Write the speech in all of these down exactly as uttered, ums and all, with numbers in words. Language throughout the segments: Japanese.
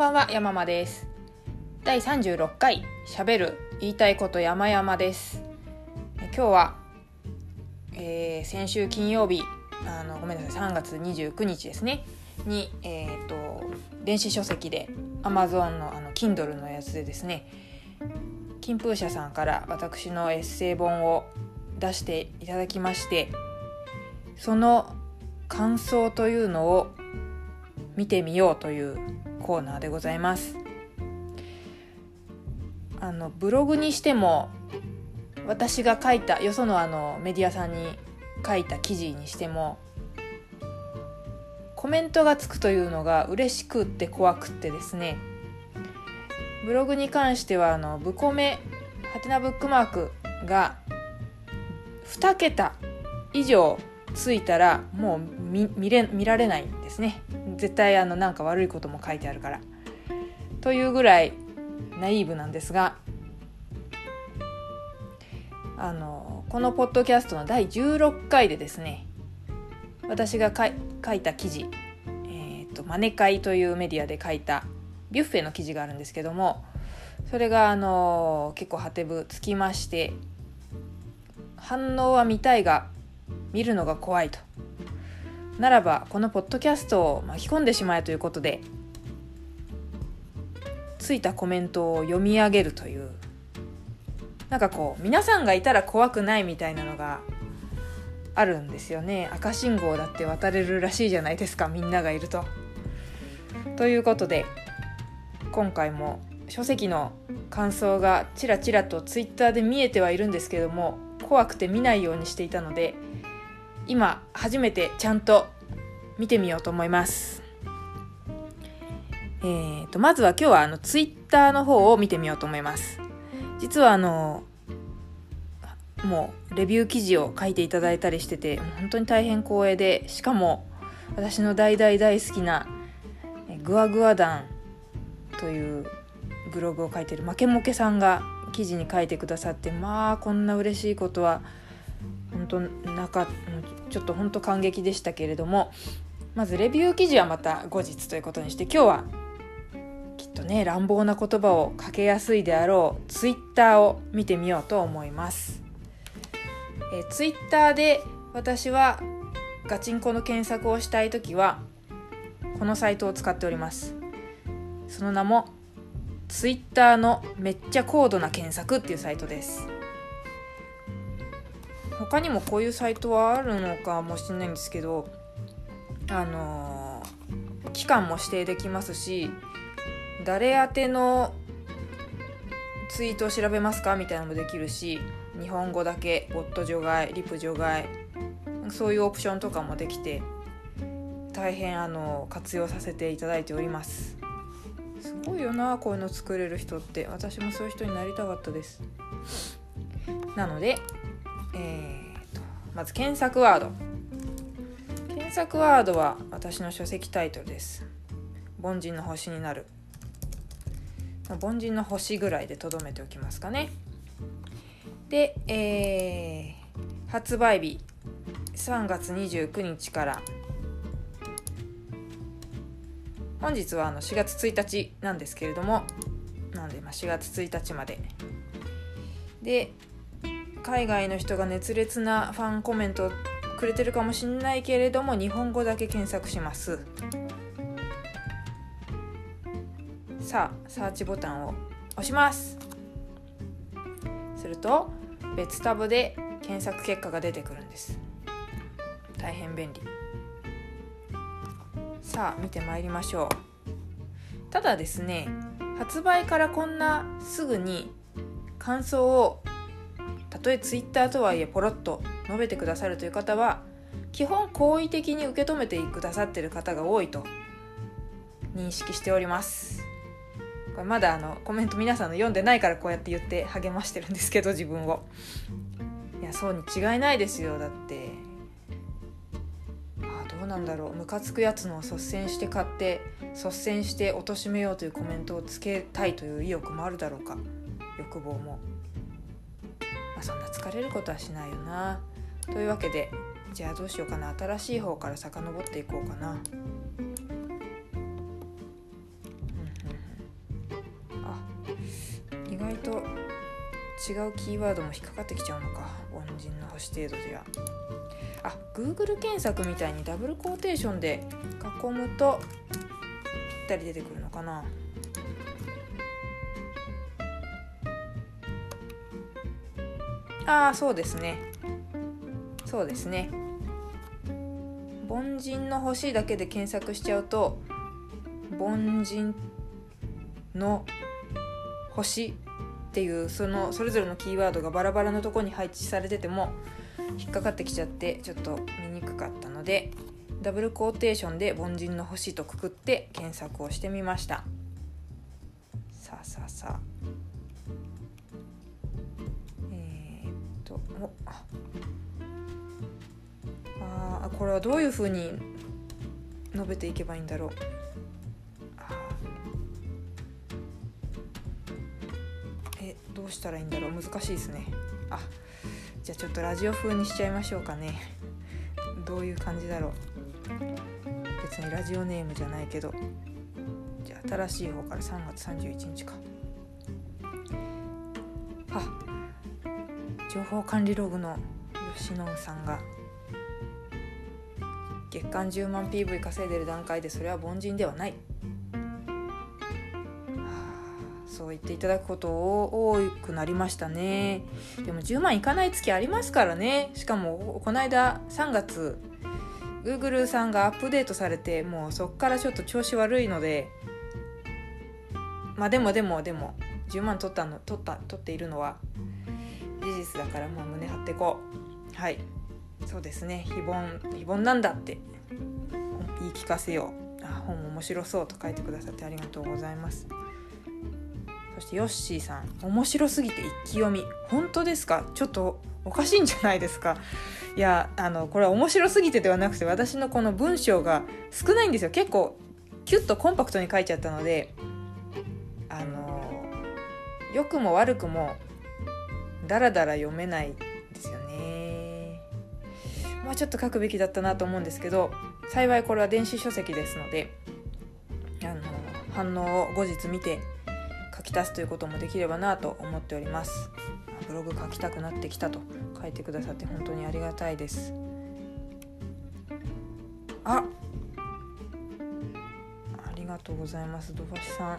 ばんは、山間です。だいさんじゅうろっかいしゃべる言いたいこと山々です。今日は、えー、先週金曜日あのごめんなさいさんがつにじゅうくにちですねに、えー、と電子書籍で Amazon の, あの Kindle のやつでですね、金風社さんから私のエッセイ本を出していただきまして、その感想というのを見てみようというコーナーでございます。あのブログにしても、私が書いたよそのあのメディアさんに書いた記事にしても、コメントがつくというのが嬉しくって怖くってですね、ブログに関してはあのブコメハテナブックマークがにけた以上ついたらもう 見, 見, れ見られないんですね。絶対あのなんか悪いことも書いてあるからというぐらいナイーブなんですが、あのこのポッドキャストのだいじゅうろっかいでですね、私が書い書いた記事、えーと、マネ会というメディアで書いたビュッフェの記事があるんですけども、それがあの結構ハテブつきまして、反応は見たいが見るのが怖いと、ならばこのポッドキャストを巻き込んでしまえということで、ついたコメントを読み上げるという、なんかこう皆さんがいたら怖くないみたいなのがあるんですよね。赤信号だって渡れるらしいじゃないですか、みんながいると。ということで、今回も書籍の感想がちらちらとツイッターで見えてはいるんですけども、怖くて見ないようにしていたので、今初めてちゃんと見てみようと思います。えーと、まずは今日はあのツイッターの方を見てみようと思います。実はあのもうレビュー記事を書いていただいたりしてて、本当に大変光栄で、しかも私の大大大好きなグワグワ団というブログを書いているマケモケさんが記事に書いてくださって、まあこんな嬉しいことは本当なかちょっと本当感激でしたけれども、まずレビュー記事はまた後日ということにして、今日はきっとね乱暴な言葉をかけやすいであろうツイッターを見てみようと思います。えー、ツイッターで私はガチンコの検索をしたいときはこのサイトを使っております。その名もツイッターのめっちゃ高度な検索っていうサイトです。他にもこういうサイトはあるのかもしれないんですけど、あのー、期間も指定できますし、誰宛てのツイートを調べますかみたいなのもできるし、日本語だけボット除外、リプ除外、そういうオプションとかもできて、大変あの活用させていただいております。すごいよな、こういうの作れる人って。私もそういう人になりたかったです。なので、えーと、まず検索ワード。検索ワードは私の書籍タイトルです。凡人の星になる。凡人の星ぐらいでとどめておきますかね。で、えー、発売日さんがつにじゅうくにちから、本日はあのしがつついたちなんですけれども、なんでまあしがつついたちまでで、海外の人が熱烈なファンコメントをくれてるかもしれないけれども、日本語だけ検索します。さあサーチボタンを押します。すると別タブで検索結果が出てくるんです。大変便利。さあ見てまいりましょう。ただですね、発売からこんなすぐに感想を、たとえツイッターとはいえポロッと述べてくださるという方は、基本好意的に受け止めてくださっている方が多いと認識しております。これまだあのコメント皆さんの読んでないからこうやって言って励ましてるんですけど、自分を。いやそうに違いないですよ。だってあどうなんだろう、ムカつくやつのを率先して買って率先して貶めようというコメントをつけたいという意欲もあるだろうか、欲望も。まあ、そんな疲れることはしないよな。というわけで、じゃあどうしようかな、新しい方から遡っていこうかな。うんうんと違うキーワードも引っかかってきちゃうのか。凡人の星程度では。あ、Google 検索みたいにダブルコーテーションで囲むとぴったり出てくるのかな。ああ、そうですね。そうですね。凡人の星だけで検索しちゃうと、凡人の星っていうそのそれぞれのキーワードがバラバラのところに配置されてても引っかかってきちゃってちょっと見にくかったので、ダブルコーテーションで凡人の星とくくって検索をしてみました。さあさあさあ、えー、っとおああこれはどういうふうに述べていけばいいんだろう。えどうしたらいいんだろう。難しいですね。あじゃあちょっとラジオ風にしちゃいましょうかね。どういう感じだろう。別にラジオネームじゃないけど、じゃあ新しい方からさんがつさんじゅういちにちか。あ情報管理ログの吉野さんが月間じゅうまん ピーブイ 稼いでる段階でそれは凡人ではない、そう言っていただくこと多くなりましたね。でもじゅうまんいかない月ありますからね。しかもこの間さんがつ Google さんがアップデートされて、もうそっからちょっと調子悪いので、まあでもでもでもじゅうまん取ったの取った取っているのは事実だから、もう胸張ってこう。はいそうですね。非凡非凡なんだって言い聞かせよう。あ本面白そうと書いてくださってありがとうございます。そしてヨッシーさん、面白すぎて一気読み。本当ですか？ちょっとおかしいんじゃないですか。いやあのこれは面白すぎてではなくて、私のこの文章が少ないんですよ。結構キュッとコンパクトに書いちゃったので、あの良くも悪くもだらだら読めないですよね。もうちょっと書くべきだったなと思うんですけど、幸いこれは電子書籍ですので、あの反応を後日見て書き足すということもできればなと思っております。ブログ書きたくなってきたと書いてくださって本当にありがたいです。あ、ありがとうございます。土橋さん、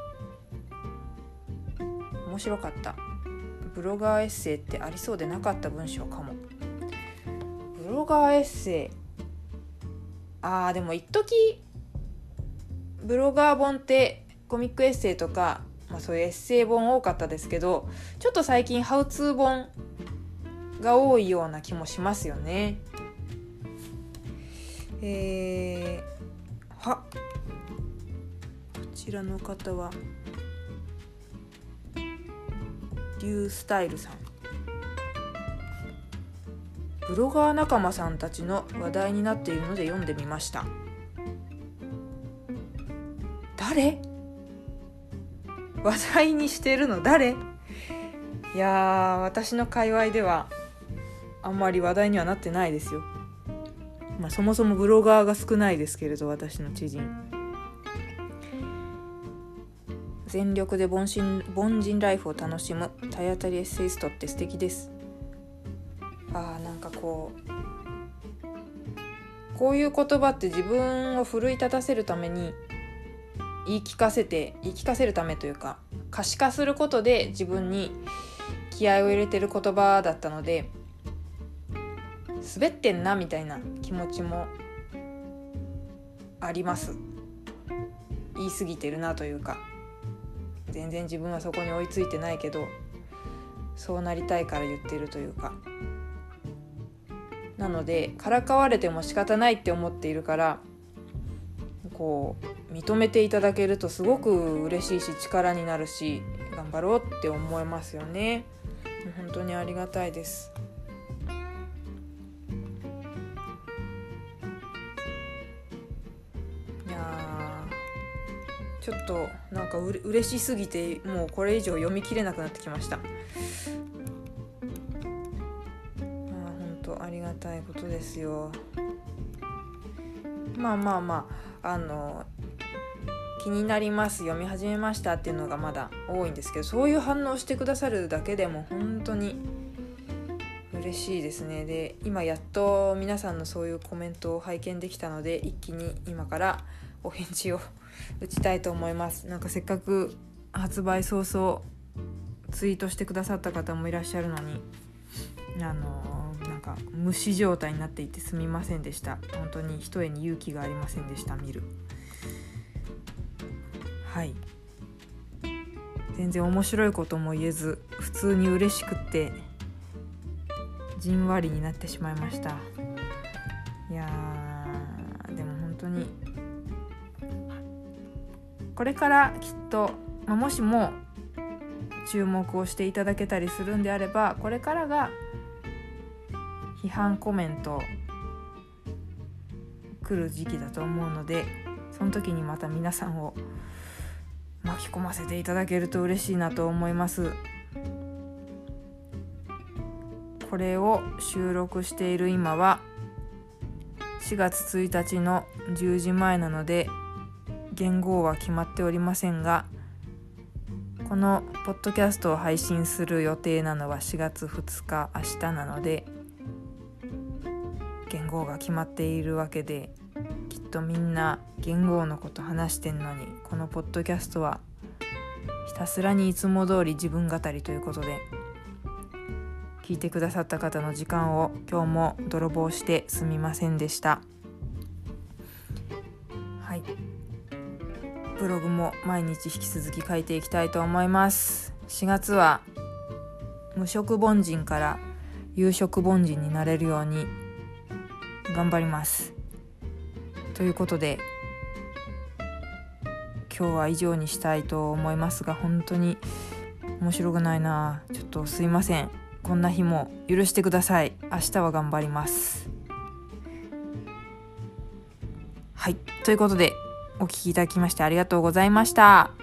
面白かった。ブロガーエッセイってありそうでなかった文章かも。ブロガーエッセイ、あーでも一時ブロガー本ってコミックエッセイとか、まあ、そういうエッセイ本多かったですけど、ちょっと最近ハウツー本が多いような気もしますよね。えー、はこちらの方はリュースタイルさん、ブロガー仲間さんたちの話題になっているので読んでみました。誰？話題にしてるの誰？いやー、私の界隈ではあんまり話題にはなってないですよ。まあそもそもブロガーが少ないですけれど、私の知人。全力で凡人、凡人ライフを楽しむ体当たりエッセイストって素敵です。あーなんかこうこういう言葉って自分を奮い立たせるために言い聞かせて言い聞かせるためというか、可視化することで自分に気合を入れてる言葉だったので、滑ってんなみたいな気持ちもあります。言い過ぎてるなというか、全然自分はそこに追いついてないけど、そうなりたいから言ってるというか、なのでからかわれても仕方ないって思っているから、こう認めていただけるとすごく嬉しいし、力になるし、頑張ろうって思いますよね。本当にありがたいです。いやちょっとなんかうれ嬉しすぎて、もうこれ以上読み切れなくなってきました。本当ありがたいことですよ。まあまあまあ、あの気になります、読み始めましたっていうのがまだ多いんですけど、そういう反応してくださるだけでも本当に嬉しいですね。で、今やっと皆さんのそういうコメントを拝見できたので、一気に今からお返事を打ちたいと思います。なんかせっかく発売早々ツイートしてくださった方もいらっしゃるのに、あのー、なんか無視状態になっていてすみませんでした。本当に一重に勇気がありませんでした。見るはい全然面白いことも言えず、普通に嬉しくってじんわりになってしまいました。いやーでも本当にこれからきっと、まあ、もしも注目をしていただけたりするんであれば、これからが批判コメント来る時期だと思うので、その時にまた皆さんを巻き込ませていただけると嬉しいなと思います。これを収録している今はしがつついたちのじゅうじまえなので言語は決まっておりませんが、このポッドキャストを配信する予定なのはしがつふつか明日なので、言語が決まっているわけで、きっとみんな言語のこと話してんのに、このポッドキャストはひたすらにいつも通り自分語りということで、聞いてくださった方の時間を今日も泥棒してすみませんでした。はい、ブログも毎日引き続き書いていきたいと思います。しがつは無職凡人から有職凡人になれるように頑張ります。ということで今日は以上にしたいと思いますが、本当に面白くないな。ちょっとすいません。こんな日も許してください。明日は頑張ります。はい、ということでお聞きいただきましてありがとうございました。